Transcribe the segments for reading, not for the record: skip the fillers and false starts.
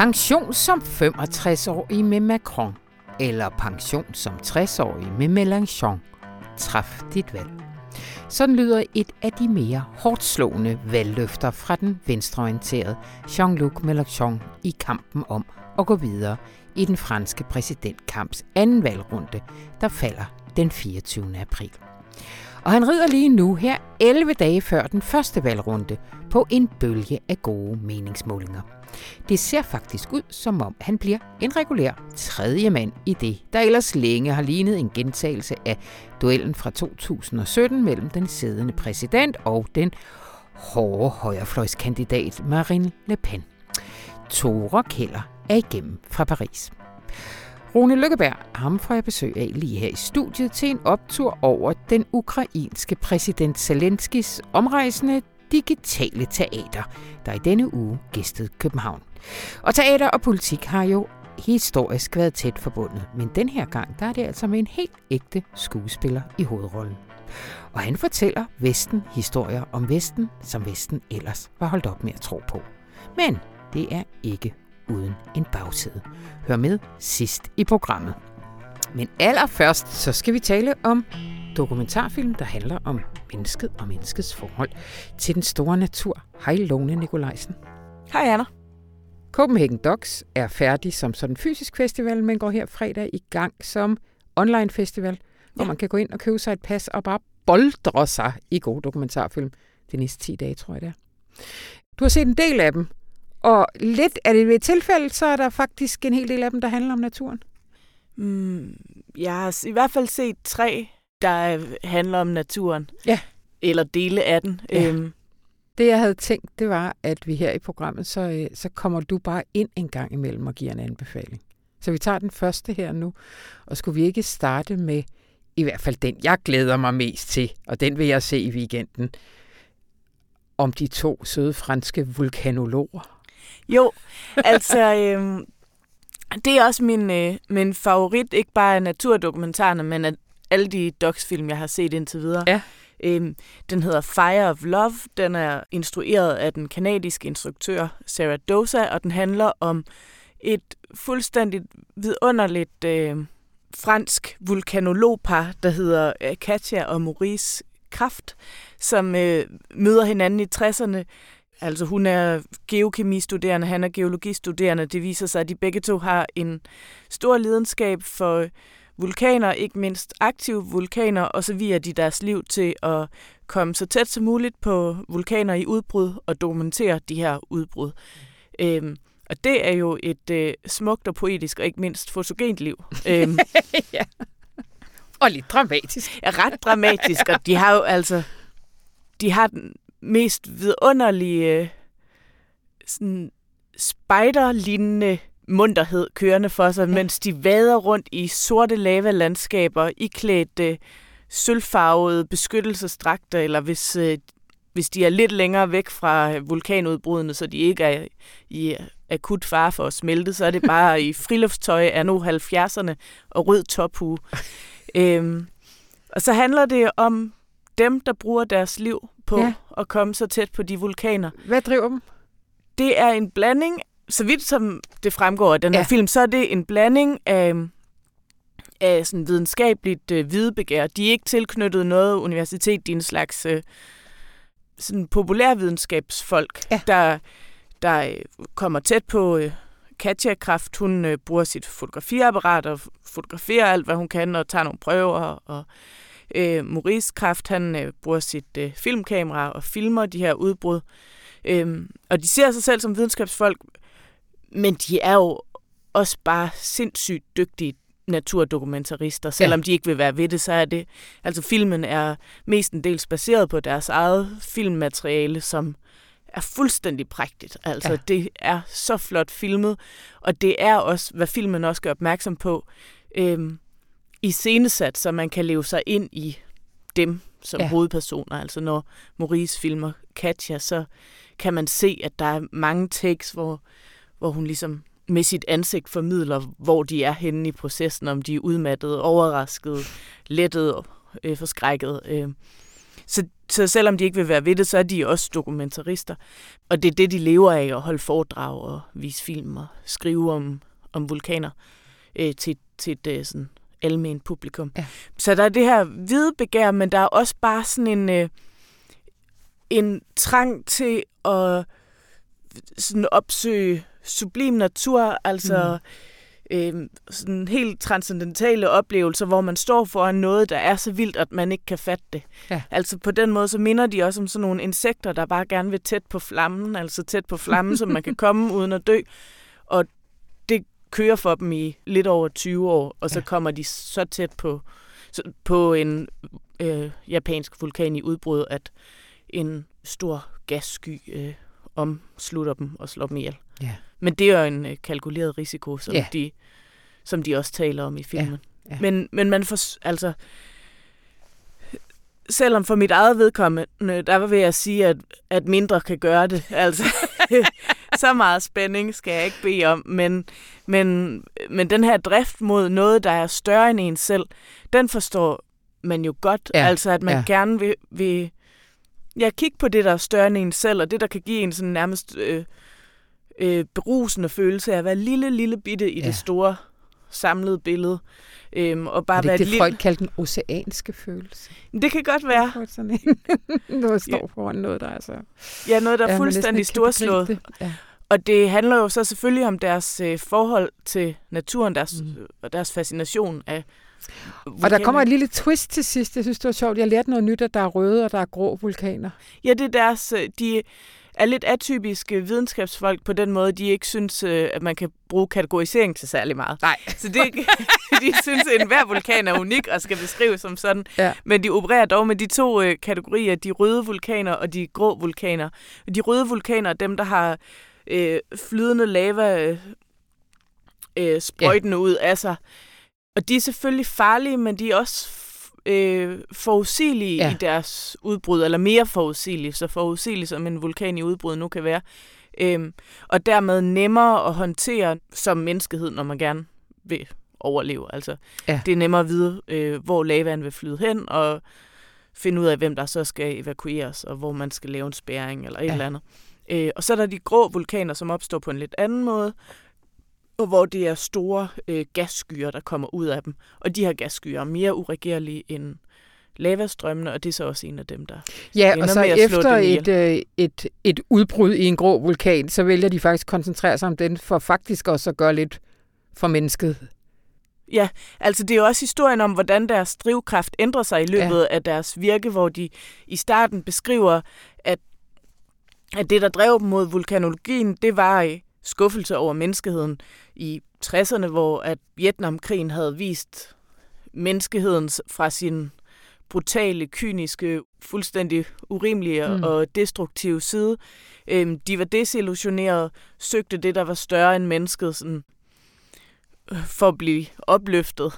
Pension som 65-årig med Macron, eller pension som 60-årig med Mélenchon. Træf dit valg. Sådan lyder et af de mere hårdtslående valgløfter fra den venstreorienterede Jean-Luc Mélenchon i kampen om at gå videre i den franske præsidentkamps anden valgrunde, der falder den 24. april. Og han rider lige nu her 11 dage før den første valgrunde på en bølge af gode meningsmålinger. Det ser faktisk ud, som om han bliver en regulær tredje mand i det, der ellers længe har lignet en gentagelse af duellen fra 2017 mellem den siddende præsident og den hårde højrefløjskandidat Marine Le Pen. Tore Keller er igennem fra Paris. Rune Lykkeberg, ham får jeg besøg af lige her i studiet til en optur over den ukrainske præsident Zelenskis omrejsende digitale teater, der i denne uge gæstede København. Og teater og politik har jo historisk været tæt forbundet, men den her gang der er det altså med en helt ægte skuespiller i hovedrollen. Og han fortæller Vesten historier om Vesten, som Vesten ellers var holdt op med at tro på. Men det er ikke uden en bagside. Hør med sidst i programmet. Men allerførst så skal vi tale om dokumentarfilm, der handler om mennesket og menneskets forhold til den store natur. Hej Lone Nikolajsen. Hej Anna. Copenhagen Docs er færdig som sådan en fysisk festival, men går her fredag i gang som online festival, hvor man kan gå ind og købe sig et pas og bare boldre sig i gode dokumentarfilm de næste 10 dage, tror jeg det er. Du har set en del af dem, og lidt er det ved et tilfælde, så er der faktisk en hel del af dem, der handler om naturen. Jeg har i hvert fald set 3, der handler om naturen. Ja. Eller dele af den. Ja. Det jeg havde tænkt, det var, at vi her i programmet, så kommer du bare ind en gang imellem og giver en anbefaling. Så vi tager den første her nu, og skulle vi ikke starte med, i hvert fald den, jeg glæder mig mest til, og den vil jeg se i weekenden, om de 2 søde franske vulkanologer. Jo, altså, det er også min favorit, ikke bare af naturdokumentarerne, men af alle de docs-film, jeg har set indtil videre. Ja. Den hedder Fire of Love. Den er instrueret af den kanadiske instruktør Sarah Dosa, og den handler om et fuldstændigt vidunderligt fransk vulkanologpar, der hedder Katja og Maurice Kraft, som møder hinanden i 60'erne. Altså hun er geokemistuderende, han er geologistuderende. Det viser sig, at de begge to har en stor lidenskab for vulkaner, ikke mindst aktive vulkaner, og så viger de deres liv til at komme så tæt som muligt på vulkaner i udbrud og dokumentere de her udbrud. Og det er jo et smukt og poetisk og ikke mindst fotogent liv. Ja. Og lidt dramatisk. Ja, ret dramatisk, og de har jo altså den mest vidunderlige sådan spejderlignende munterhed kørende for sig, mens de vader rundt i sorte lavalandskaber, iklædt sølvfarvede beskyttelsesdragter, eller hvis de er lidt længere væk fra vulkanudbrudene, så de ikke er i akut fare for at smelte, så er det bare i friluftstøj af nu 70'erne og rød tophue. Og så handler det om dem, der bruger deres liv på at komme så tæt på de vulkaner. Hvad driver dem? Det er en blanding, så vidt som det fremgår af den her film, så er det en blanding af sådan videnskabeligt videbegær. De er ikke tilknyttet noget universitet, de er en slags sådan populærvidenskabsfolk, der kommer tæt på Katja Kraft. Hun bruger sit fotografiapparat og fotograferer alt, hvad hun kan, og tager nogle prøver. Og Maurice Kraft, han bruger sit filmkamera og filmer de her udbrud. Og de ser sig selv som videnskabsfolk, men de er jo også bare sindssygt dygtige naturdokumentarister. Selvom de ikke vil være ved det, så er det... Altså filmen er mestendels baseret på deres eget filmmateriale, som er fuldstændig prægtigt. Altså det er så flot filmet, og det er også, hvad filmen også gør opmærksom på, iscenesat, så man kan leve sig ind i dem som hovedpersoner. Altså når Maurice filmer Katja, så kan man se, at der er mange takes, hvor hun ligesom med sit ansigt formidler, hvor de er henne i processen, om de er udmattede, overraskede, lettede, forskrækkede. Så selvom de ikke vil være ved det, så er de også dokumentarister. Og det er det, de lever af, at holde foredrag og vise film og skrive om vulkaner til et sådan alment publikum. Ja. Så der er det her hvide begær, men der er også bare sådan en trang til at sådan opsøge sublim natur, altså sådan helt transcendentale oplevelser, hvor man står foran noget, der er så vildt, at man ikke kan fatte det. Ja. Altså på den måde, så minder de også om sådan nogle insekter, der bare gerne vil tæt på flammen, altså tæt på flammen, så man kan komme uden at dø. Og det kører for dem i lidt over 20 år, og så kommer de så tæt på en japansk vulkan i udbrud, at en stor gassky omslutter dem og slår dem ihjel. Ja. Men det er jo en kalkuleret risiko, som de også taler om i filmen. Ja. Ja. Men man får, altså, selvom for mit eget vedkommende, der vil jeg sige, at mindre kan gøre det. Altså, så meget spænding skal jeg ikke bede om. Men den her drift mod noget, der er større end en selv, den forstår man jo godt. Ja. Altså, at man gerne vil kigge på det, der er større end en selv, og det, der kan give en sådan nærmest berusende følelse af at være lille bitte i det store samlede billede. Og bare være det Freud kaldte den oceanske følelse? Det kan godt være. Noget står foran noget, der er så... Ja, noget, der er fuldstændig storslået. Ja. Og det handler jo så selvfølgelig om deres forhold til naturen, deres fascination af vulkaner. Og der kommer et lille twist til sidst. Jeg synes, det var sjovt. Jeg lærte noget nyt, at der er røde og der er grå vulkaner. Ja, det er deres... De er lidt atypiske videnskabsfolk på den måde, de ikke synes, at man kan bruge kategorisering til særlig meget. Nej. Så de synes, at enhver vulkan er unik og skal beskrives som sådan. Ja. Men de opererer dog med de to kategorier, de røde vulkaner og de grå vulkaner. De røde vulkaner er dem, der har flydende lava sprøjtende ud af sig. Og de er selvfølgelig farlige, men de er også forudsigelige i deres udbrud, eller mere forudsigelige, så forudsigelige som en vulkan i udbrud nu kan være. Og dermed nemmere at håndtere som menneskehed, når man gerne vil overleve. Altså, det er nemmere at vide, hvor lavaen vil flyde hen, og finde ud af, hvem der så skal evakueres, og hvor man skal lave en spærring, eller et eller andet. Og så er der de grå vulkaner, som opstår på en lidt anden måde, og hvor det er store gasskyer, der kommer ud af dem. Og de her gasskyer er mere uregerlige end lavastrømmene, og det er så også en af dem, der og så efter et udbrud i en grå vulkan, så vælger de faktisk at koncentrere sig om den, for faktisk også at gøre lidt for mennesket. Ja, altså det er jo også historien om, hvordan deres drivkraft ændrer sig i løbet af deres virke, hvor de i starten beskriver, at det, der drev dem mod vulkanologien, det var skuffelse over menneskeheden i 60'erne, hvor at Vietnamkrigen havde vist menneskeheden fra sin brutale, kyniske, fuldstændig urimelige og destruktive side. De var desillusionerede, søgte det, der var større end mennesket, sådan, for at blive opløftet.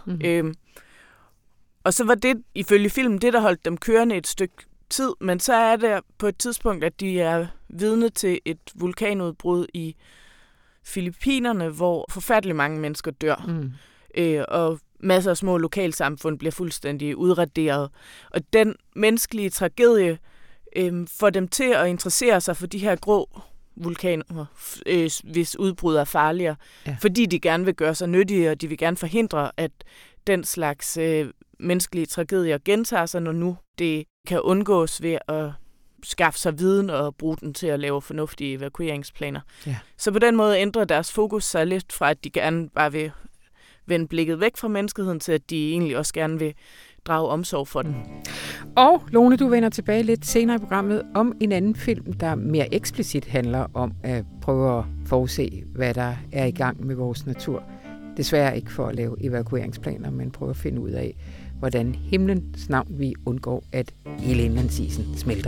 Og så var det, ifølge filmen, det, der holdt dem kørende et stykke tid, men så er det på et tidspunkt, at de er vidne til et vulkanudbrud i Filippinerne, hvor forfærdeligt mange mennesker dør, og masser af små lokalsamfund bliver fuldstændig udraderet. Og den menneskelige tragedie får dem til at interessere sig for de her grå vulkaner, hvis udbrud er farligere, fordi de gerne vil gøre sig nyttige, og de vil gerne forhindre, at den slags menneskelige tragedier gentager sig, når nu det kan undgås ved at skaffe sig viden og bruge den til at lave fornuftige evakueringsplaner. Ja. Så på den måde ændrer deres fokus sig lidt fra, at de gerne bare vil vende blikket væk fra menneskeheden, til at de egentlig også gerne vil drage omsorg for den. Og Lone, du vender tilbage lidt senere i programmet om en anden film, der mere eksplicit handler om at prøve at forudse, hvad der er i gang med vores natur. Desværre ikke for at lave evakueringsplaner, men prøve at finde ud af, hvordan himlens navn vi undgår, at hele indlandsisen smelter.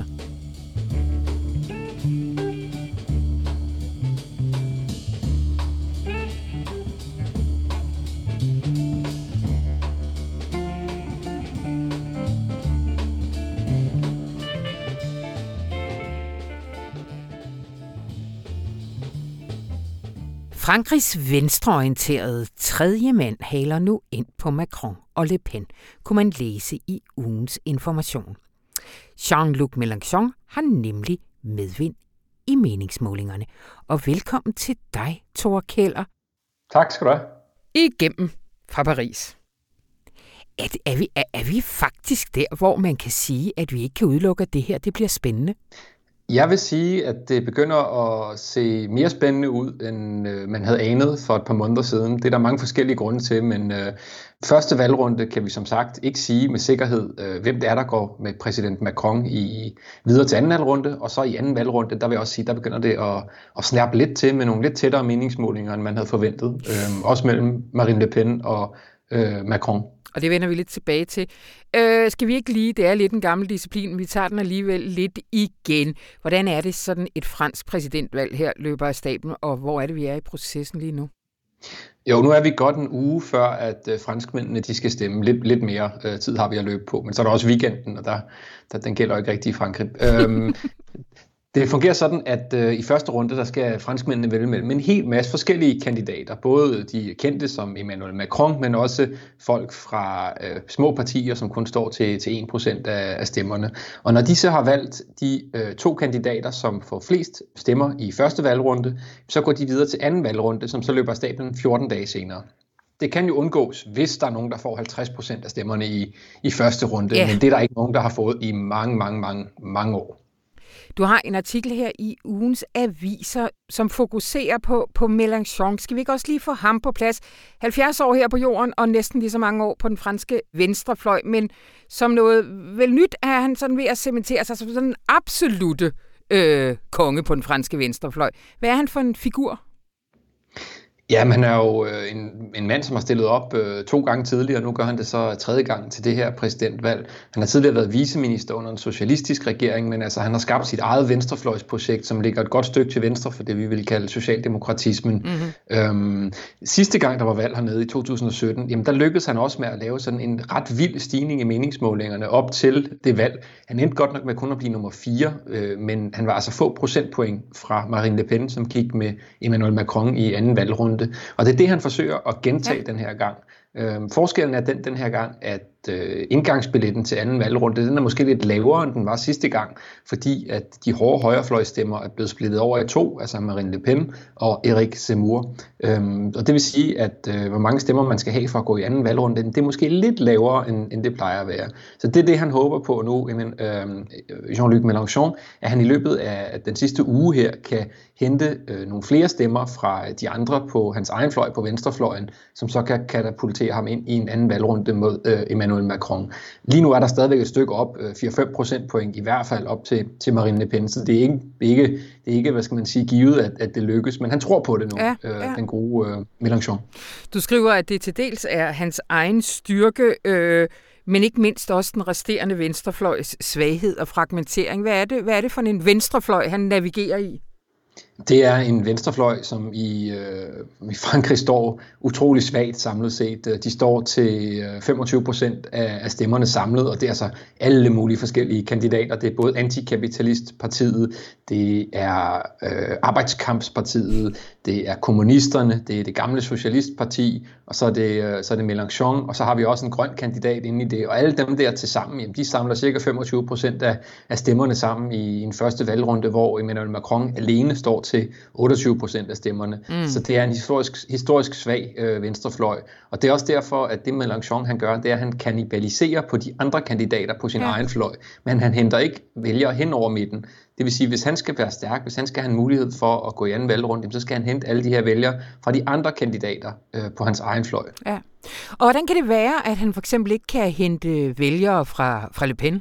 Frankrigs venstreorienterede tredje mand haler nu ind på Macron og Le Pen, kunne man læse i ugens Information. Jean-Luc Mélenchon har nemlig medvind i meningsmålingerne. Og velkommen til dig, Thor Keller. Tak skal du have. Igennem fra Paris. Er vi faktisk der, hvor man kan sige, at vi ikke kan udelukke, at det her det bliver spændende? Jeg vil sige, at det begynder at se mere spændende ud, end man havde anet for et par måneder siden. Det er der mange forskellige grunde til, men første valgrunde kan vi som sagt ikke sige med sikkerhed, hvem det er, der går med præsident Macron videre til anden valgrunde. Og så i anden valgrunde, der vil jeg også sige, der begynder det at snærpe lidt til med nogle lidt tættere meningsmålinger, end man havde forventet. Også mellem Marine Le Pen og Macron. Og det vender vi lidt tilbage til. Skal vi ikke lige, det er lidt en gammel disciplin, vi tager den alligevel lidt igen. Hvordan er det sådan et fransk præsidentvalg her løber af stablen, og hvor er det, vi er i processen lige nu? Jo, nu er vi godt en uge før, at franskmændene de skal stemme. Lidt mere tid har vi at løbe på, men så er der også weekenden, og den gælder jo ikke rigtig i Frankrig. Det fungerer sådan, at i første runde, der skal franskmændene vælge mellem en hel masse forskellige kandidater. Både de kendte som Emmanuel Macron, men også folk fra små partier, som kun står til 1% af stemmerne. Og når de så har valgt de to kandidater, som får flest stemmer i første valgrunde, så går de videre til anden valgrunde, som så løber af stablen 14 dage senere. Det kan jo undgås, hvis der er nogen, der får 50% af stemmerne i første runde, men det er der ikke nogen, der har fået i mange år. Du har en artikel her i ugens aviser, som fokuserer på Mélenchon. Skal vi ikke også lige få ham på plads? 70 år her på jorden, og næsten lige så mange år på den franske venstrefløj. Men som noget vel nyt er han sådan ved at cementere sig som sådan en absolutte konge på den franske venstrefløj. Hvad er han for en figur? Ja, han er jo en mand, som har stillet op 2 gange tidligere, og nu gør han det så 3. gang til det her præsidentvalg. Han har tidligere været viceminister under en socialistisk regering, men altså han har skabt sit eget venstrefløjsprojekt, som ligger et godt stykke til venstre for det, vi vil kalde socialdemokratismen. Sidste gang, der var valg hernede i 2017, jamen der lykkedes han også med at lave sådan en ret vild stigning i meningsmålingerne op til det valg. Han endte godt nok med kun at blive nummer 4, men han var altså få procentpoint fra Marine Le Pen, som gik med Emmanuel Macron i anden valgrunde. Og det er det, han forsøger at gentage den her gang. Forskellen er den her gang, at indgangsbilletten til anden valgrunde, den er måske lidt lavere, end den var sidste gang, fordi at de hårde højrefløjstemmer er blevet splittet over i 2, altså Marine Le Pen og Éric Zemmour. Og det vil sige, at hvor mange stemmer man skal have for at gå i anden valgrunde, det er måske lidt lavere, end det plejer at være. Så det er det, han håber på nu, Jean-Luc Mélenchon, at han i løbet af den sidste uge her kan hente nogle flere stemmer fra de andre på hans egen fløj, på venstrefløjen, som så kan katapultere ham ind i en anden valgrunde mod Emmanuel Macron. Lige nu er der stadigvæk et stykke op, 4-5 procentpoint i hvert fald op til Marine Le Pen, så det er ikke hvad skal man sige, givet, at det lykkes, men han tror på det nu, den gode Mélenchon. Du skriver, at det til dels er hans egen styrke, men ikke mindst også den resterende venstrefløjs svaghed og fragmentering. Hvad er det for en venstrefløj, han navigerer i? Det er en venstrefløj, som i Frankrig står utrolig svagt samlet set. De står til 25% af stemmerne samlet, og det er altså alle mulige forskellige kandidater. Det er både Antikapitalistpartiet, det er Arbejdskampspartiet, det er kommunisterne, det er det gamle socialistparti, og så er det Mélenchon, og så har vi også en grøn kandidat inde i det. Og alle dem der til sammen, jamen, de samler cirka 25% af stemmerne sammen i en første valgrunde, hvor Emmanuel Macron alene står til 28% af stemmerne. Så det er en historisk svag venstrefløj. Og det er også derfor, at det Mélenchon han gør, det er, at han kannibaliserer på de andre kandidater på sin egen fløj. Men han henter ikke vælgere hen over midten. Det vil sige, hvis han skal være stærk, hvis han skal have en mulighed for at gå i anden valgrunde, så skal han hente alle de her vælgere fra de andre kandidater på hans egen fløj. Ja. Og hvordan kan det være, at han for eksempel ikke kan hente vælgere fra Le Pen?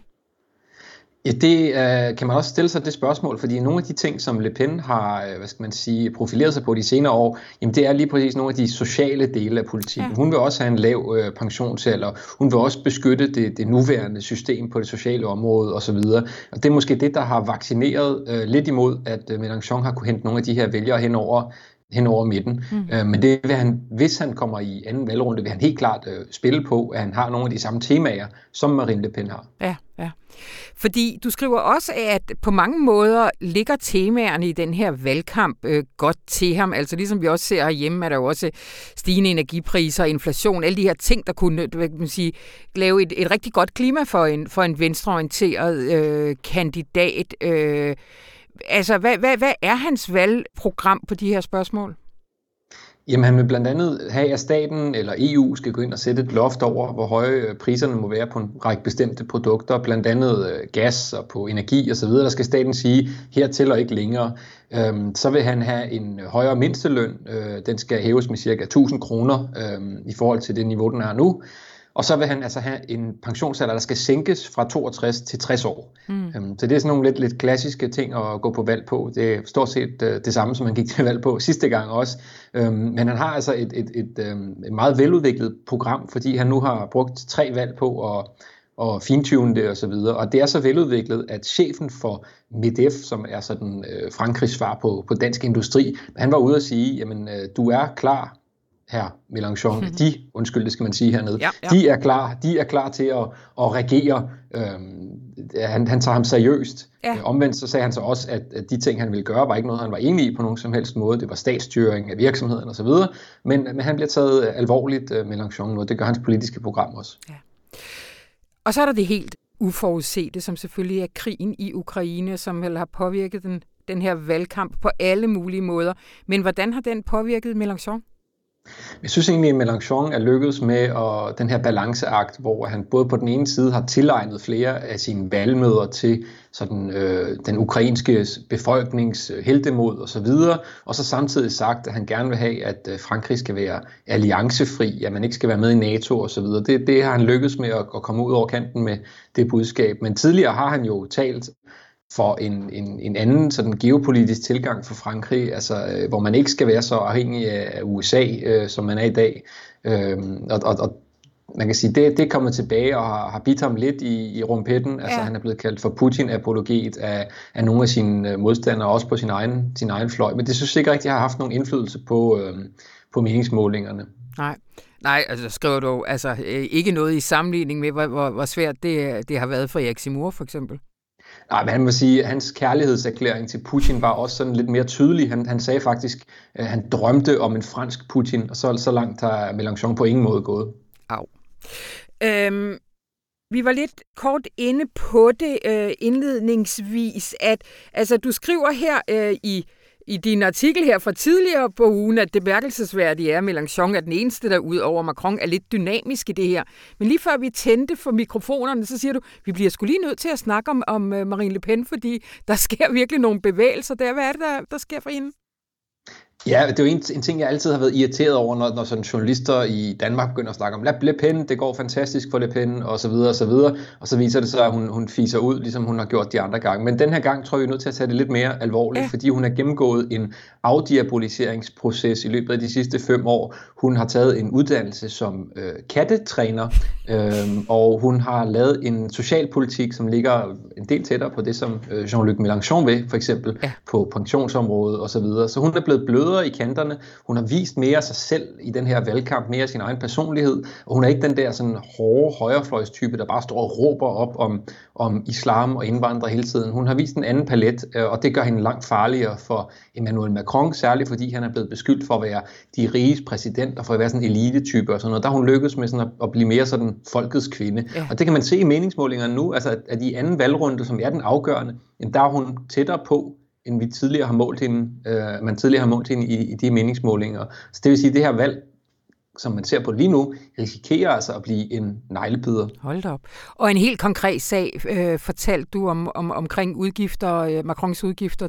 Ja, det kan man også stille sig det spørgsmål, fordi nogle af de ting, som Le Pen har, profileret sig på de senere år, jamen det er lige præcis nogle af de sociale dele af politikken. Ja. Hun vil også have en lav pensionsalder, hun vil også beskytte det nuværende system på det sociale område osv. Og det er måske det, der har vaccineret lidt imod, at Mélenchon har kunne hente nogle af de her vælgere hen over hen over midten. Men det vil han, hvis han kommer i anden valgrunde, vil han helt klart spille på, at han har nogle af de samme temaer, som Marine Le Pen har. Ja. Fordi du skriver også, at på mange måder ligger temaerne i den her valgkamp godt til ham. Altså ligesom vi også ser herhjemme, er der jo også stigende energipriser, inflation, alle de her ting, der kunne lave et rigtig godt klima for en venstreorienteret kandidat. Altså, hvad er hans valgprogram på de her spørgsmål? Jamen, han vil blandt andet have, at staten eller EU skal gå ind og sætte et loft over, hvor høje priserne må være på en række bestemte produkter, blandt andet gas og på energi osv. Der skal staten sige, hertil og ikke længere. Så vil han have en højere mindsteløn. Den skal hæves med ca. 1.000 kroner i forhold til det niveau, den er nu. Og så vil han altså have en pensionsalder, der skal sænkes fra 62 til 60 år. Så det er sådan nogle lidt klassiske ting at gå på valg på. Det er stort set det samme, som han gik til valg på sidste gang også. Men han har altså et meget veludviklet program, fordi han nu har brugt 3 valg på og fintune det osv. Og det er så veludviklet, at chefen for MEDEF, som er sådan Frankrigs svar på dansk industri, han var ude at sige, jamen du er klar, her Mélenchon, det skal man sige hernede, ja. De er klar til at regere. Han tager ham seriøst. Ja. Omvendt så sagde han så også, at de ting, han ville gøre, var ikke noget, han var enig i på nogen som helst måde. Det var statsstyring af virksomheden osv. Men han bliver taget alvorligt, Mélenchon, og det gør hans politiske program også. Ja. Og så er der det helt uforudsete, som selvfølgelig er krigen i Ukraine, som vel har påvirket den her valgkamp på alle mulige måder. Men hvordan har den påvirket Mélenchon? Jeg synes egentlig, at Mélenchon er lykkedes med den her balanceakt, hvor han både på den ene side har tilegnet flere af sine valgmøder til sådan, den ukrainske befolknings heltemod og så videre, og så samtidig sagt, at han gerne vil have, at Frankrig skal være alliancefri, at man ikke skal være med i NATO og så videre. Det har han lykkedes med at komme ud over kanten med det budskab. Men tidligere har han jo talt for en anden sådan geopolitisk tilgang for Frankrig, altså hvor man ikke skal være så afhængig af USA, som man er i dag. Og man kan sige, det er kommet tilbage og har bidt ham lidt i rumpetten. Altså han er blevet kaldt for Putin-apologet af nogle af sine modstandere, også på sin egen fløj. Men det synes jeg ikke rigtig har haft nogen indflydelse på meningsmålingerne. Nej, altså skriver du altså ikke noget i sammenligning med, hvor svært det har været for Erik Zemmour for eksempel? Nej, men han må sige, at hans kærlighedserklæring til Putin var også sådan lidt mere tydelig. Han sagde faktisk, at han drømte om en fransk Putin, og så langt har Mélenchon på ingen måde gået. Vi var lidt kort inde på det indledningsvis, at altså, du skriver her i din artikel her fra tidligere på ugen, at det bemærkelsesværdige er, at Mélenchon er den eneste, der ud over Macron er lidt dynamisk i det her. Men lige før vi tændte for mikrofonerne, så siger du, vi bliver sgu lige nødt til at snakke om Marine Le Pen, fordi der sker virkelig nogle bevægelser der. Hvad er det, der sker for hende? Ja, det er jo en ting, jeg altid har været irriteret over, når sådan journalister i Danmark begynder at snakke om Le Pen, det går fantastisk for Le Pen, og så videre, og så videre. Og så viser det sig, at hun fiser ud, ligesom hun har gjort de andre gange. Men den her gang tror jeg, vi er nødt til at tage det lidt mere alvorligt, fordi hun har gennemgået en afdiaboliseringsproces i løbet af de sidste 5 år. Hun har taget en uddannelse som kattetræner, og hun har lavet en socialpolitik, som ligger en del tættere på det, som Jean-Luc Mélenchon vil, for eksempel på pensionsområdet og så videre. Så hun er blevet blødere i kanterne. Hun har vist mere af sig selv i den her valgkamp, mere af sin egen personlighed, og hun er ikke den der sådan hårde højrefløjstype, der bare står og råber op om islam og indvandrere hele tiden. Hun har vist en anden palet, og det gør hende langt farligere for Emmanuel Macron, særligt fordi han er blevet beskyldt for at være de riges præsident og for at være sådan en elitetype og sådan noget. Der har hun lykkedes med sådan at blive mere sådan folkets kvinde. Ja. Og det kan man se i meningsmålingerne nu, altså at i anden valgrunde, som er den afgørende, der er hun tættere på, end vi tidligere har målt hende, man tidligere har målt hende i de meningsmålinger. Så det vil sige, at det her valg, som man ser på lige nu, risikerer altså at blive en neglebider. Hold da op. Og en helt konkret sag fortalte du omkring udgifter, Macrons udgifter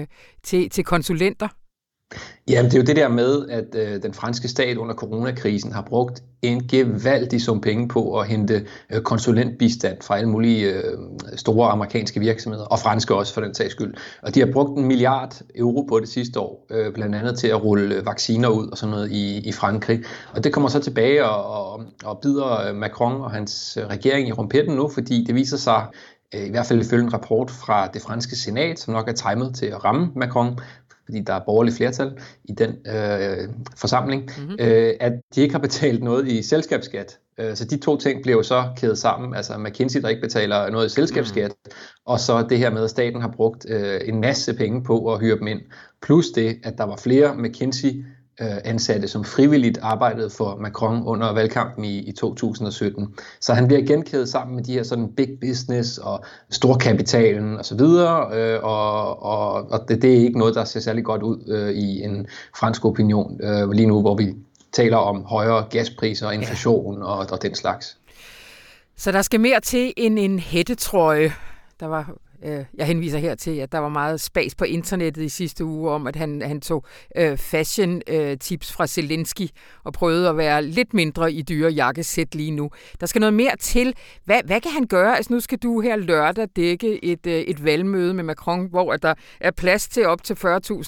til konsulenter. Jamen, det er jo det der med, at den franske stat under coronakrisen har brugt en gevaldig sum penge på at hente konsulentbistand fra alle mulige store amerikanske virksomheder, og franske også for den sags skyld. Og de har brugt 1 milliard euro på det sidste år, blandt andet til at rulle vacciner ud og sådan noget i Frankrig. Og det kommer så tilbage og bider Macron og hans regering i rumpetten nu, fordi det viser sig, i hvert fald ifølge en rapport fra det franske senat, som nok er timet til at ramme Macron, fordi der er borgerligt flertal i den forsamling, at de ikke har betalt noget i selskabsskat. Så de to ting bliver jo så kædet sammen, altså McKinsey, der ikke betaler noget i selskabsskat, og så det her med, at staten har brugt en masse penge på at hyre dem ind, plus det, at der var flere McKinsey ansatte, som frivilligt arbejdede for Macron under valgkampen i 2017. Så han bliver igen kædet sammen med de her sådan big business og storkapitalen og så videre, og det er ikke noget, der ser særlig godt ud i en fransk opinion lige nu, hvor vi taler om højere gaspriser og inflation og den slags. Så der skal mere til end en hættetrøje. Der var jeg henviser her til, at der var meget spas på internettet i sidste uge om, at han tog fashion-tips fra Zelensky og prøvede at være lidt mindre i dyre jakkesæt lige nu. Der skal noget mere til. Hvad kan han gøre? Altså nu skal du her lørdag dække et valgmøde med Macron, hvor der er plads til op til 40.000.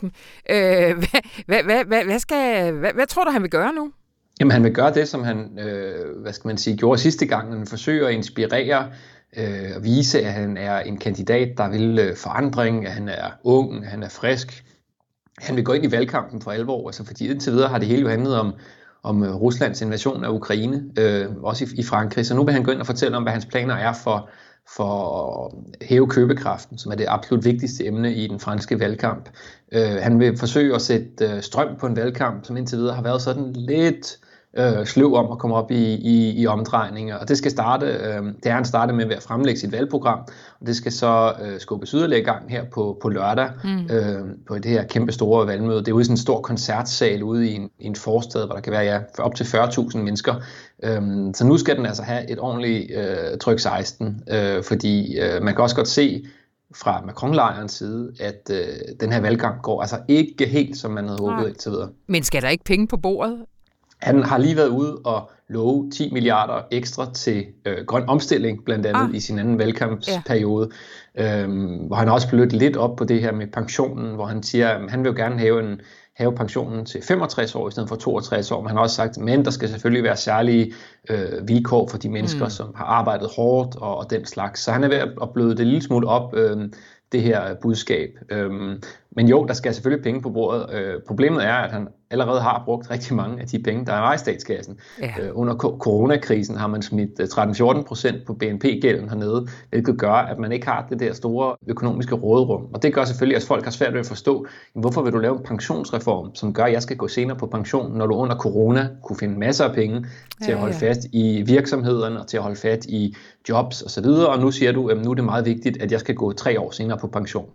Hvad tror du, han vil gøre nu? Jamen han vil gøre det, som han gjorde sidste gang. Han forsøger at inspirere og vise, at han er en kandidat, der vil forandring, at han er ung, at han er frisk. Han vil gå ind i valgkampen for alvor, altså fordi indtil videre har det hele jo handlet om Ruslands invasion af Ukraine, også i Frankrig. Så nu vil han gå ind og fortælle om, hvad hans planer er for at hæve købekraften, som er det absolut vigtigste emne i den franske valgkamp. Han vil forsøge at sætte strøm på en valgkamp, som indtil videre har været sådan lidt sløv om at komme op i omdrejninger, og det skal starte, det er han startet med ved at fremlægge sit valgprogram, og det skal så skubbes yderligere i gang her på lørdag, på det her kæmpe store valgmøde. Det er ude i sådan en stor koncertsal ude i en forstad, hvor der kan være op til 40.000 mennesker, så nu skal den altså have et ordentligt tryk 16, fordi man kan også godt se fra Macron-lejrens side, at den her valgkamp går altså ikke helt, som man havde håbet indtil videre. Men skal der ikke penge på bordet? Han har lige været ude og love 10 milliarder ekstra til grøn omstilling, blandt andet i sin anden valgkampsperiode, hvor han også blødt lidt op på det her med pensionen, hvor han siger, at han vil jo gerne have pensionen til 65 år i stedet for 62 år, men han har også sagt, men der skal selvfølgelig være særlige vilkår for de mennesker, som har arbejdet hårdt og den slags. Så han er ved at bløde det en lille smule op, det her budskab. Men jo, der skal selvfølgelig penge på bordet. Problemet er, at han allerede har brugt rigtig mange af de penge, der er i statskassen. Under coronakrisen har man smidt 13-14% på BNP-gælden hernede, hvilket gør, at man ikke har det der store økonomiske råderum. Og det gør selvfølgelig, at folk har svært ved at forstå, hvorfor vil du lave en pensionsreform, som gør, at jeg skal gå senere på pension, når du under corona kunne finde masser af penge til at holde fast i virksomhederne og til at holde fast i jobs osv. Og nu siger du, at nu er det meget vigtigt, at jeg skal gå 3 år senere på pension.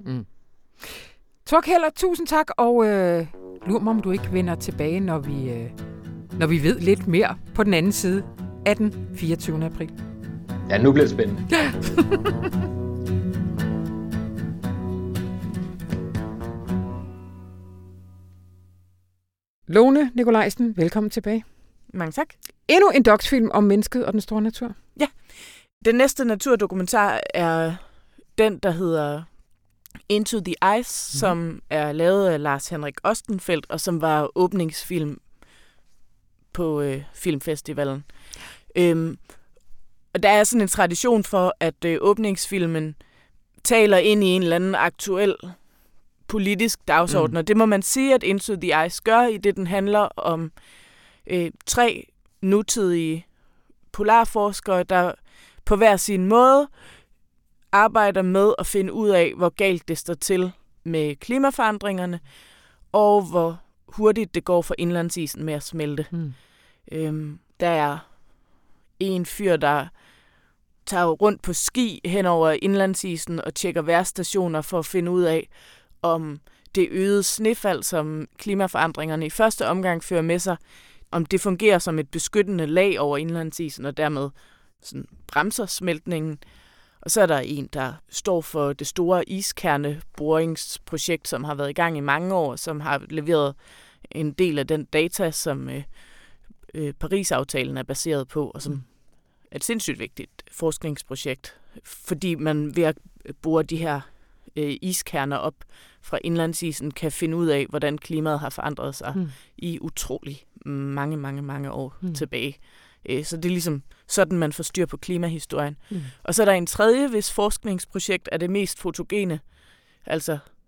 Thor Keller, tusind tak, og lur mig, om du ikke vender tilbage, når vi ved lidt mere på den anden side af den 24. april. Ja, nu bliver det spændende. Lone Nikolajsen, velkommen tilbage. Mange tak. Endnu en doksfilm om mennesket og den store natur. Ja, den næste naturdokumentar er den, der hedder Into the Ice, som er lavet af Lars Henrik Ostenfeldt, og som var åbningsfilm på filmfestivalen. Og der er sådan en tradition for, at åbningsfilmen taler ind i en eller anden aktuel politisk dagsorden, og det må man sige, at Into the Ice gør, i det den handler om 3 nutidige polarforskere, der på hver sin måde arbejder med at finde ud af, hvor galt det står til med klimaforandringerne, og hvor hurtigt det går for indlandsisen med at smelte. Der er en fyr, der tager rundt på ski hen over indlandsisen og tjekker vejrstationer for at finde ud af, om det øgede snefald, som klimaforandringerne i første omgang fører med sig, om det fungerer som et beskyttende lag over indlandsisen, og dermed sådan bremser smeltningen. Og så er der en, der står for det store iskerneboringsprojekt, som har været i gang i mange år, som har leveret en del af den data, som Paris-aftalen er baseret på, og som er et sindssygt vigtigt forskningsprojekt, fordi man ved at bore de her iskerner op fra indlandsisen kan finde ud af, hvordan klimaet har forandret sig i utrolig mange år tilbage. Så det er ligesom sådan, man får styr på klimahistorien. Og så er der en tredje, hvis forskningsprojekt er det mest fotogene, altså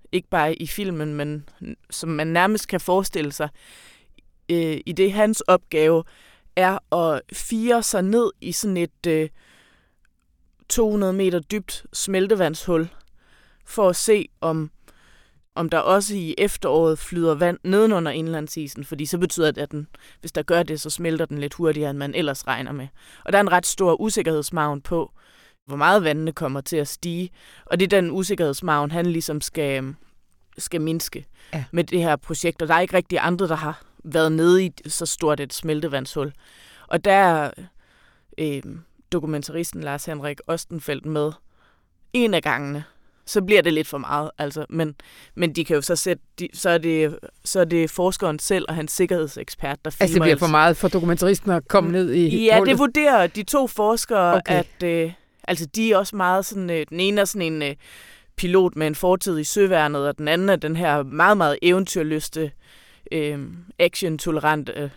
ikke bare i filmen, men som man nærmest kan forestille sig, i det hans opgave er at fire sig ned i sådan et 200 meter dybt smeltevandshul, for at se, om der også i efteråret flyder vand nedenunder indlandsisen, fordi så betyder det, at hvis der gør det, så smelter den lidt hurtigere, end man ellers regner med. Og der er en ret stor usikkerhedsmargen på, hvor meget vandene kommer til at stige, og det er den usikkerhedsmargen, han ligesom skal mindske med det her projekt, og der er ikke rigtig andre, der har været nede i så stort et smeltevandshul. Og der er dokumentaristen Lars Henrik Ostenfeldt med en af gangene. Så bliver det lidt for meget, altså. Men de kan jo så sætte, så er det forskeren selv og hans sikkerhedsekspert, der filmer. Altså det bliver for meget for dokumentaristen at komme ned i Ja, hullet. det vurderer de to forskere, at altså de er også meget sådan, den ene er sådan en pilot med en fortid i søværnet, og den anden er den her meget, meget eventyrlyste, action-tolerante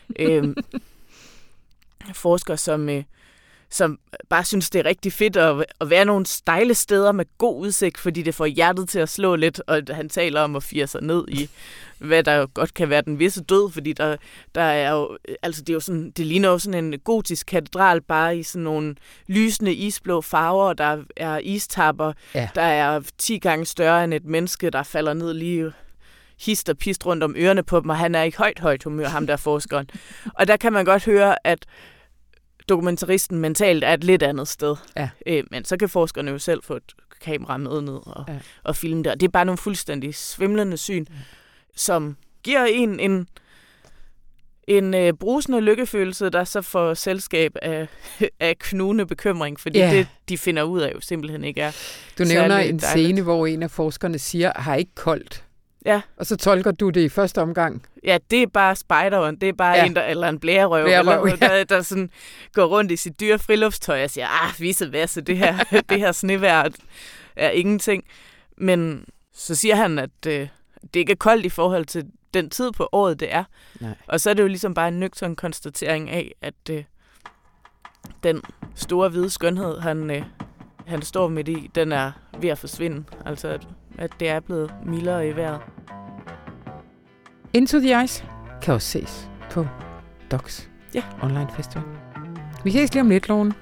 forsker, som bare synes, det er rigtig fedt at være nogle stejle steder med god udsigt, fordi det får hjertet til at slå lidt, og han taler om at fire sig ned i, hvad der jo godt kan være den visse død, fordi der er jo, altså det er jo sådan, det ligner jo sådan en gotisk katedral, bare i sådan nogle lysende isblå farver, der er istapper, der er 10 gange større end et menneske, der falder ned lige hist og pist rundt om ørerne på dem, og han er i højt humør, ham der forskeren. Og der kan man godt høre, at dokumentaristen mentalt er et lidt andet sted. Ja. Men så kan forskerne jo selv få et kamera med ned og filme det. Og det er bare nogle fuldstændig svimlende syn, som giver en brusende lykkefølelse, der så får selskab af knugende bekymring, fordi det, de finder ud af, jo simpelthen ikke er. Du nævner en scene, hvor en af forskerne siger, har ikke koldt. Ja. Og så tolker du det i første omgang. Ja, det er bare spejderen. Det er bare en, eller en blærerøv, der sådan går rundt i sit dyre friluftstøj og siger, vise væsse, det her snevejr er ingenting. Men så siger han, at det ikke er koldt i forhold til den tid på året, det er. Nej. Og så er det jo ligesom bare en nøgtern konstatering af, at den store hvide skønhed, han står midt i, den er ved at forsvinde. Altså, at det er blevet mildere i vejret. Into the Ice kan også ses på Docs Online Festival. Vi ses lige om lidt, Lone.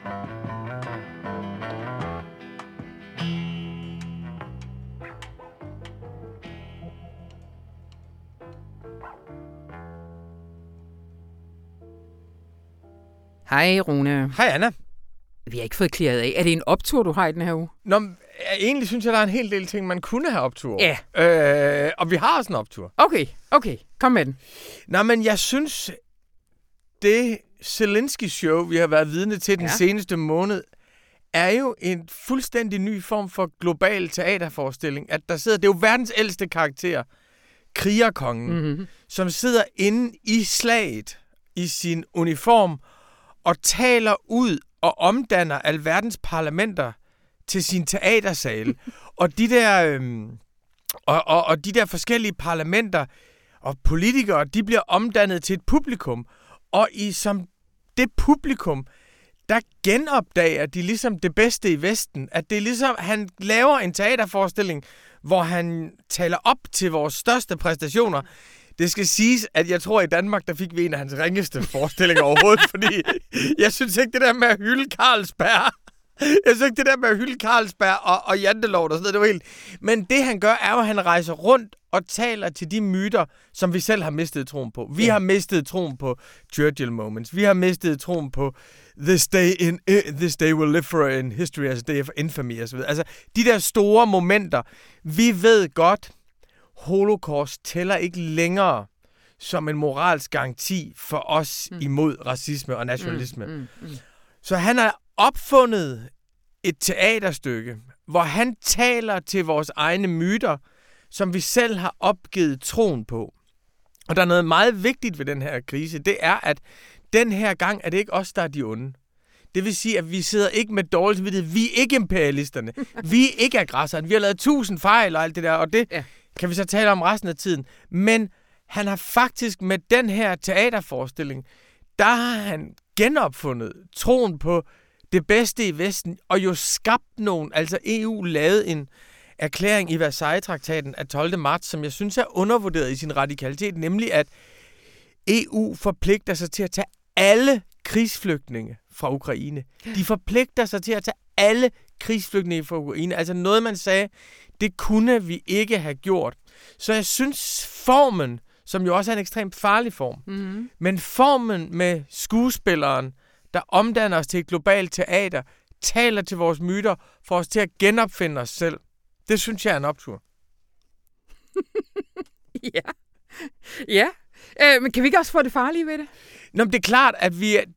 Hej, Rune. Hej, Anna. Vi har ikke fået klaret af. Er det en optur, du har i den her uge? Nå, egentlig synes jeg, der er en hel del ting, man kunne have optur. Ja. Og vi har også en optur. Okay. Kom med den. Nå, men jeg synes, det Zelensky-show, vi har været vidne til den seneste måned, er jo en fuldstændig ny form for global teaterforestilling. At der sidder, det er jo verdens ældste karakter, krigerkongen, som sidder inde i slaget i sin uniform og taler ud og omdanner alverdens parlamenter til sin teatersal. Og de der og de der forskellige parlamenter og politikere, de bliver omdannet til et publikum. Og som det publikum, der genopdager de ligesom det bedste i Vesten. At det er ligesom, han laver en teaterforestilling, hvor han taler op til vores største præstationer. Det skal siges, at jeg tror, i Danmark, der fik vi en af hans ringeste forestillinger overhovedet, fordi jeg synes ikke, det der med at hylde Carlsberg, og Jantelov og sådan noget, det var helt. Men det, han gør, er jo, at han rejser rundt og taler til de myter, som vi selv har mistet troen på. Vi har mistet troen på Churchill moments. Vi har mistet troen på this day will live for in history as a day of infamy, og så videre. Altså, de der store momenter, vi ved godt, Holocaust tæller ikke længere som en moralsk garanti for os imod racisme og nationalisme. Så han har opfundet et teaterstykke, hvor han taler til vores egne myter, som vi selv har opgivet troen på. Og der er noget meget vigtigt ved den her krise, det er, at den her gang er det ikke os, der er de onde. Det vil sige, at vi sidder ikke med dårlig samvittighed. Vi er ikke imperialisterne. Vi er ikke aggressoren. Vi har lavet 1000 fejl og alt det der, og det kan vi så tale om resten af tiden. Men han har faktisk med den her teaterforestilling, der har han genopfundet troen på det bedste i Vesten, og jo skabt nogen, altså EU lavede erklæring i Versailles-traktaten af 12. marts, som jeg synes er undervurderet i sin radikalitet, nemlig at EU forpligter sig til at tage alle krigsflygtninge fra Ukraine. De forpligter sig til at tage alle krigsflygtninge fra Ukraine. Altså noget, man sagde, det kunne vi ikke have gjort. Så jeg synes formen, som jo også er en ekstremt farlig form, men formen med skuespilleren, der omdanner os til et globalt teater, taler til vores myter, får os til at genopfinde os selv. Det synes jeg er en optur. Ja. Men kan vi ikke også få det farlige ved det? Nå, men det er klart, at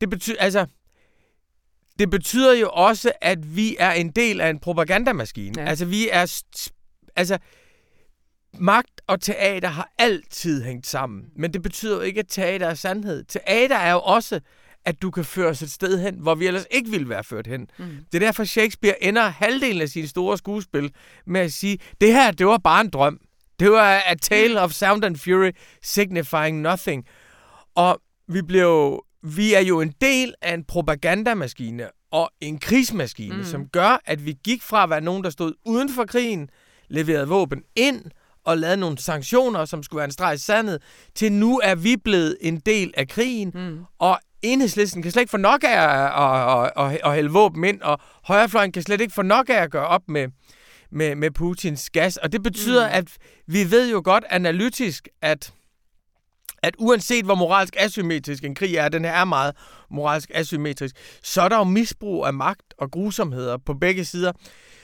det betyder jo også, at vi er en del af en propagandamaskine. Ja. Altså, magt og teater har altid hængt sammen. Men det betyder jo ikke, at teater er sandhed. Teater er jo også, at du kan føres et sted hen, hvor vi ellers ikke ville være ført hen. Det er derfor, Shakespeare ender halvdelen af sine store skuespil med at sige, det her, det var bare en drøm. Det var A Tale of Sound and Fury, signifying nothing. Og vi er jo en del af en propagandamaskine og en krigsmaskine, som gør, at vi gik fra at være nogen, der stod uden for krigen, leverede våben ind og lavede nogle sanktioner, som skulle være en streg i sandet, til nu er vi blevet en del af krigen, og Enhedslisten kan slet ikke få nok af at hælde våben ind, og højrefløjen kan slet ikke få nok af at gøre op med Putins gas. Og det betyder, at vi ved jo godt analytisk, at uanset hvor moralsk asymmetrisk en krig er, den her er meget moralsk asymmetrisk, så er der jo misbrug af magt og grusomheder på begge sider.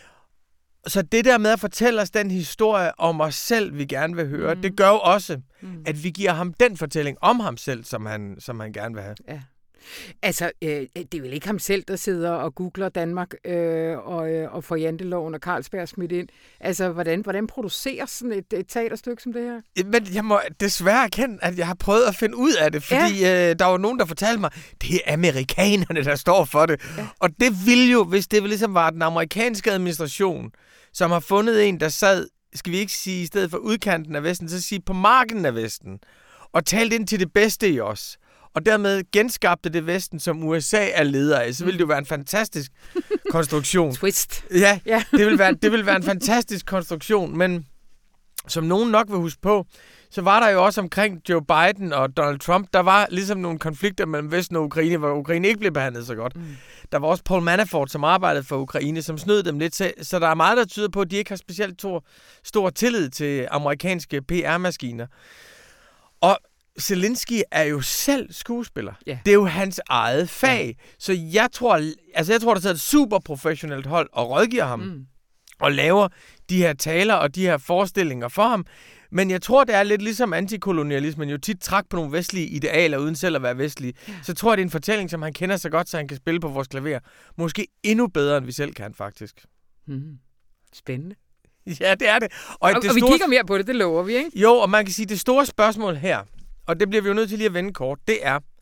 Så det der med at fortælle os den historie om os selv, vi gerne vil høre, det gør jo også, at vi giver ham den fortælling om ham selv, som han gerne vil have. Ja. Altså, det er vel ikke ham selv, der sidder og googler Danmark og får Janteloven og Carlsberg smidt ind. Altså, hvordan produceres sådan et teaterstykke som det her? Men jeg må desværre erkende, at jeg har prøvet at finde ud af det, fordi der var nogen, der fortalte mig, det er amerikanerne, der står for det. Ja. Og det ville jo, hvis det ligesom var den amerikanske administration, som har fundet en, der sad, skal vi ikke sige, i stedet for udkanten af Vesten, så sige på marken af Vesten, og talte ind til det bedste i os, og dermed genskabte det Vesten, som USA er leder af, så ville det jo være en fantastisk konstruktion. Twist. Ja, det vil være en fantastisk konstruktion, men som nogen nok vil huske på, så var der jo også omkring Joe Biden og Donald Trump, der var ligesom nogle konflikter mellem Vesten og Ukraine, hvor Ukraine ikke blev behandlet så godt. Der var også Paul Manafort, som arbejdede for Ukraine, som snød dem lidt til, så der er meget, der tyder på, at de ikke har specielt stor tillid til amerikanske PR-maskiner. Og Zelensky er jo selv skuespiller. Yeah. Det er jo hans eget fag. Yeah. Så jeg tror, der sidder et super professionelt hold og rådgiver ham og laver de her taler og de her forestillinger for ham. Men jeg tror, det er lidt ligesom antikolonialismen jo tit træk på nogle vestlige idealer, uden selv at være vestlige. Yeah. Så tror jeg, det er en fortælling, som han kender så godt, så han kan spille på vores klaver. Måske endnu bedre, end vi selv kan, faktisk. Spændende. Ja, det er det. Og vi kigger mere på det, det lover vi, ikke? Jo, og man kan sige, det store spørgsmål her, og det bliver vi jo nødt til lige at vende kort, det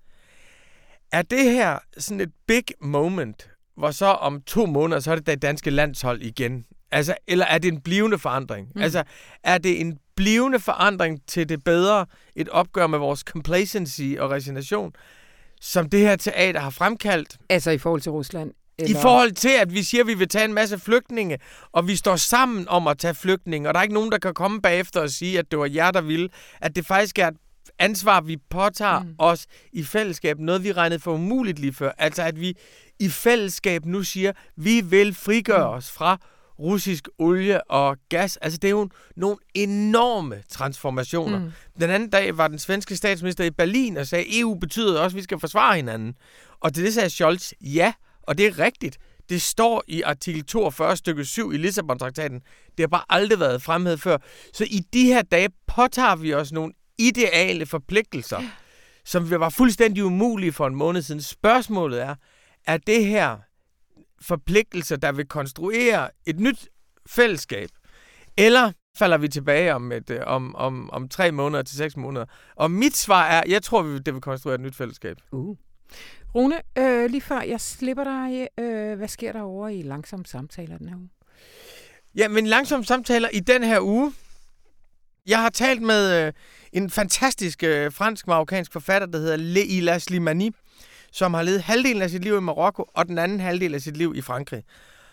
er det her sådan et big moment, hvor så om 2 måneder, så er det danske landshold igen? Altså, eller er det en blivende forandring? Altså, er det en blivende forandring til det bedre, et opgør med vores complacency og resignation, som det her teater har fremkaldt? Altså i forhold til Rusland? Eller? I forhold til, at vi siger, at vi vil tage en masse flygtninge, og vi står sammen om at tage flygtninge, og der er ikke nogen, der kan komme bagefter og sige, at det var jer, der ville, at det faktisk er et ansvar, vi påtager os i fællesskab, noget vi regnede for umuligt lige før. Altså, at vi i fællesskab nu siger, vi vil frigøre os fra russisk olie og gas. Altså, det er jo nogle enorme transformationer. Den anden dag var den svenske statsminister i Berlin og sagde, EU betyder også, at vi skal forsvare hinanden. Og til det sagde Scholz, ja, og det er rigtigt. Det står i artikel 42 stykke 7 i Lissabon-traktaten. Det har bare aldrig været fremhævet før. Så i de her dage påtager vi os nogle ideale forpligtelser, som var fuldstændig umulige for en måned siden. Spørgsmålet er det her forpligtelser, der vil konstruere et nyt fællesskab, eller falder vi tilbage om 3 måneder til 6 måneder? Og mit svar er, jeg tror, det vil konstruere et nyt fællesskab. Rune, lige før jeg slipper dig, hvad sker der over i langsomme samtaler den her uge? Ja, men langsomme samtaler i den her uge. Jeg har talt med en fantastisk fransk-marokkansk forfatter, der hedder Leila Slimani, som har levet halvdelen af sit liv i Marokko, og den anden halvdel af sit liv i Frankrig.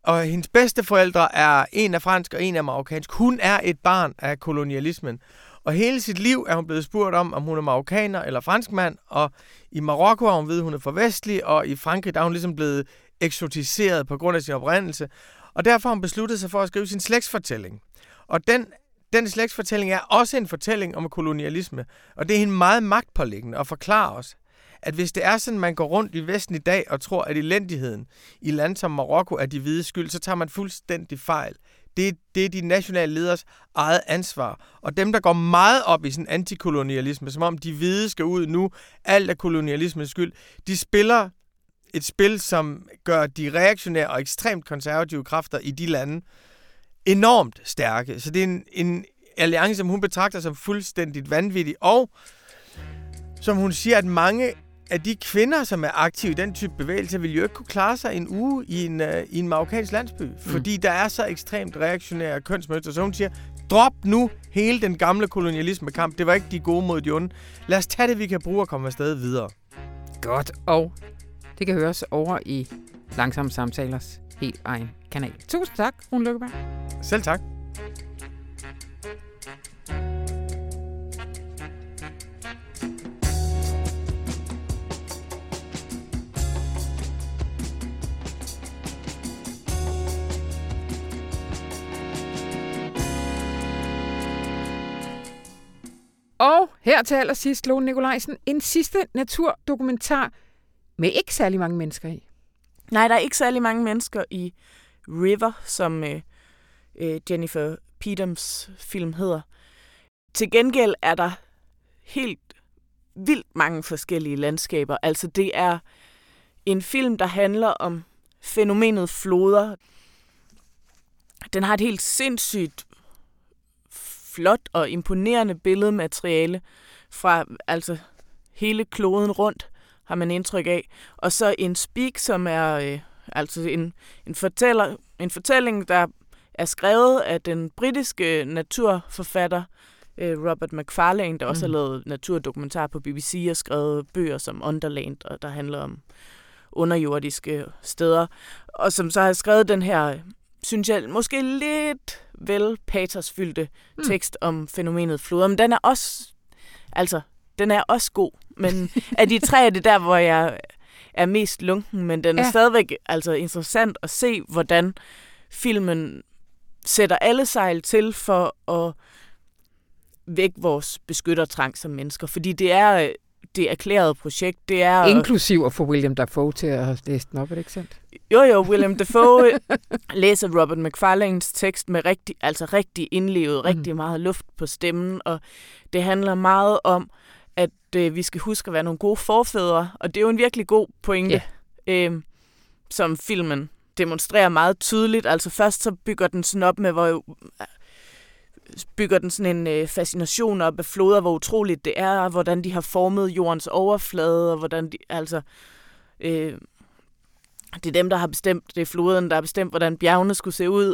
og hendes bedsteforældre er en af fransk og en af marokkansk. Hun er et barn af kolonialismen. Og hele sit liv er hun blevet spurgt om hun er marokkaner eller franskmand. Og i Marokko har hun ved, at hun er for vestlig, og i Frankrig der er hun ligesom blevet eksotiseret på grund af sin oprindelse. Og derfor har hun besluttet sig for at skrive sin slægtsfortælling. Og den slægtsfortælling er også en fortælling om kolonialisme. Og det er hende meget magtpåliggende at forklare os, at hvis det er sådan, man går rundt i Vesten i dag og tror, at elendigheden i lande som Marokko er de hvide skyld, så tager man fuldstændig fejl. Det er de nationale leders eget ansvar. Og dem, der går meget op i sådan antikolonialisme, som om de hvide skal ud nu, alt er kolonialismens skyld, de spiller et spil, som gør de reaktionære og ekstremt konservative kræfter i de lande enormt stærke. Så det er en alliance, som hun betragter som fuldstændigt vanvittig, og som hun siger, at mange af de kvinder, som er aktive i den type bevægelse, vil jo ikke kunne klare sig en uge i en marokkansk landsby, fordi der er så ekstremt reaktionære kønsmønstre. Så hun siger, drop nu hele den gamle kolonialismekamp. Det var ikke de gode mod de onde. Lad os tage det, vi kan bruge og komme afsted videre. Godt, og det kan høres over i Langsomme Samtalers helt egen kanal. Tusind tak, Rune Lykkeberg. Selv tak. Og her til allersidst, Lone Nikolajsen, en sidste naturdokumentar med ikke særlig mange mennesker i. Nej, der er ikke særlig mange mennesker i River, som Jennifer Petems film hedder. Til gengæld er der helt vildt mange forskellige landskaber. Altså det er en film, der handler om fænomenet floder. Den har et helt sindssygt flot og imponerende billedmateriale fra altså hele kloden rundt, har man indtryk af. Og så en speak, som er altså en fortælling, der er skrevet af den britiske naturforfatter Robert Macfarlane, der også har lavet naturdokumentar på BBC og skrevet bøger som Underland, og der handler om underjordiske steder. Og som så har skrevet den her, synes jeg, måske lidt vel patosfyldte tekst om fænomenet floder. Men den er også god. Men af de tre er det der, hvor jeg er mest lunken, men den er stadigvæk altså interessant at se, hvordan filmen sætter alle sejl til for at vække vores beskyttertrang som mennesker. Fordi det er det erklærede projekt. Det er inklusiv at få William Dafoe til at læse den op, er det ikke sandt? Jo, William Dafoe læser Robert Macfarlanes tekst med rigtig indlevet, rigtig meget luft på stemmen, og det handler meget om, at vi skal huske at være nogle gode forfædre, og det er jo en virkelig god pointe, som filmen demonstrerer meget tydeligt. Altså først så bygger den sådan op med, bygger den sådan en fascination op af floder, hvor utroligt det er, hvordan de har formet jordens overflade, og hvordan de, altså det er dem, der har bestemt, det er floden, der har bestemt, hvordan bjergene skulle se ud,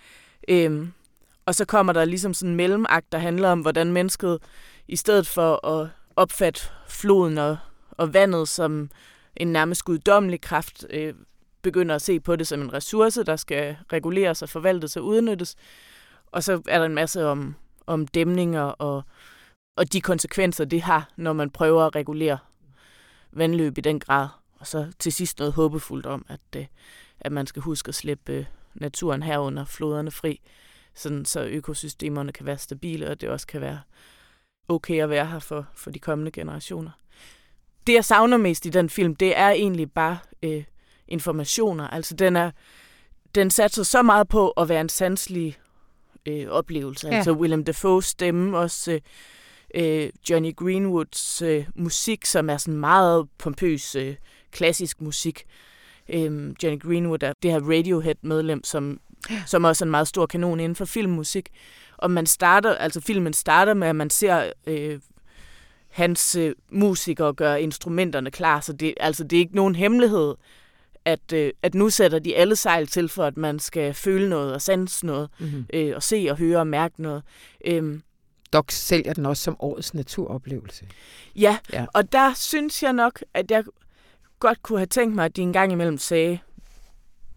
og så kommer der ligesom sådan en mellemakt, der handler om, hvordan mennesket, i stedet for at opfatte floden og vandet som en nærmest guddommelig kraft, begynder at se på det som en ressource, der skal reguleres og forvaltes og udnyttes. Og så er der en masse om dæmninger og de konsekvenser, det har, når man prøver at regulere vandløb i den grad. Og så til sidst noget håbefuldt om, at man skal huske at slippe naturen herunder floderne fri, sådan så økosystemerne kan være stabile, og det også kan være okay at være her for de kommende generationer. Det, jeg savner mest i den film, det er egentlig bare informationer. Altså den satser så meget på at være en sanselig oplevelse. Ja. Altså William Dafoes stemme, også Johnny Greenwoods musik, som er sådan meget pompøs klassisk musik. Johnny Greenwood er det her Radiohead-medlem, som også er en meget stor kanon inden for filmmusik. Og filmen starter med, at man ser hans musikere gøre instrumenterne klar, så det er ikke nogen hemmelighed, at nu sætter de alle sejl til, for at man skal føle noget og sanse noget, og se og høre og mærke noget. Dog sælger den også som årets naturoplevelse. Ja, og der synes jeg nok, at jeg godt kunne have tænkt mig, at de en gang imellem sagde,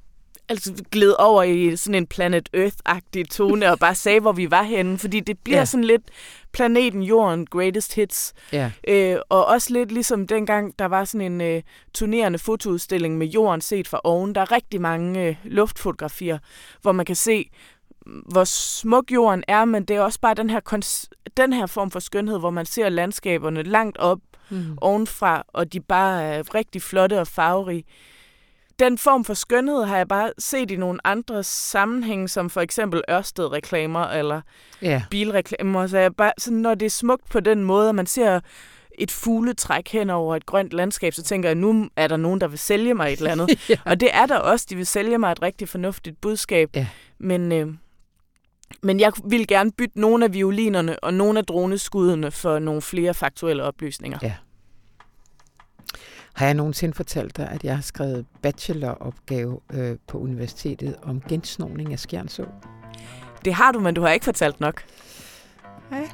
altså gled over i sådan en Planet Earth-agtig tone og bare sagde, hvor vi var henne, fordi det bliver sådan lidt planeten Jorden, greatest hits. Ja. Og også lidt ligesom dengang, der var sådan en turnerende fotoudstilling med Jorden set fra oven. Der er rigtig mange luftfotografier, hvor man kan se, hvor smuk Jorden er, men det er også bare den her form for skønhed, hvor man ser landskaberne langt op ovenfra, og de bare er rigtig flotte og farverige. Den form for skønhed har jeg bare set i nogle andre sammenhænge, som for eksempel Ørsted-reklamer eller bilreklamer. Så jeg bare, sådan, når det er smukt på den måde, at man ser et fugletræk hen over et grønt landskab, så tænker jeg, nu er der nogen, der vil sælge mig et eller andet. Og det er der også. De vil sælge mig et rigtig fornuftigt budskab. Ja. Men jeg vil gerne bytte nogle af violinerne og nogle af droneskuddene for nogle flere faktuelle oplysninger. Ja. Har jeg nogensinde fortalt dig, at jeg har skrevet bacheloropgave på universitetet om gensnovning af Skjernså? Det har du, men du har ikke fortalt nok. Nej.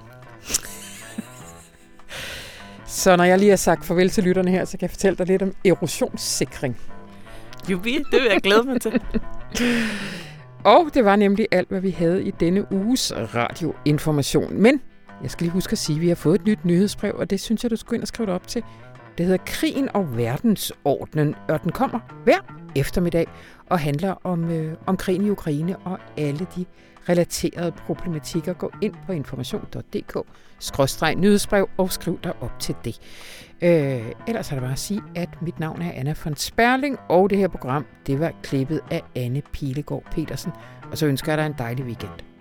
Så når jeg lige har sagt farvel til lytterne her, så kan jeg fortælle dig lidt om erosionssikring. Jubi, det vil jeg glæde mig til. Og det var nemlig alt, hvad vi havde i denne uges radioinformation. Men jeg skal lige huske at sige, at vi har fået et nyt nyhedsbrev, og det synes jeg, du skal gå ind og skrive det op til. Det hedder Krigen og verdensordenen, og den kommer hver eftermiddag og handler om krigen i Ukraine og alle de relaterede problematikker. Gå ind på information.dk/nyhedsbrev og skriv dig op til det. Ellers er det bare at sige, at mit navn er Anna von Sperling, og det her program, det var klippet af Anne Pilegaard Petersen. Og så ønsker jeg dig en dejlig weekend.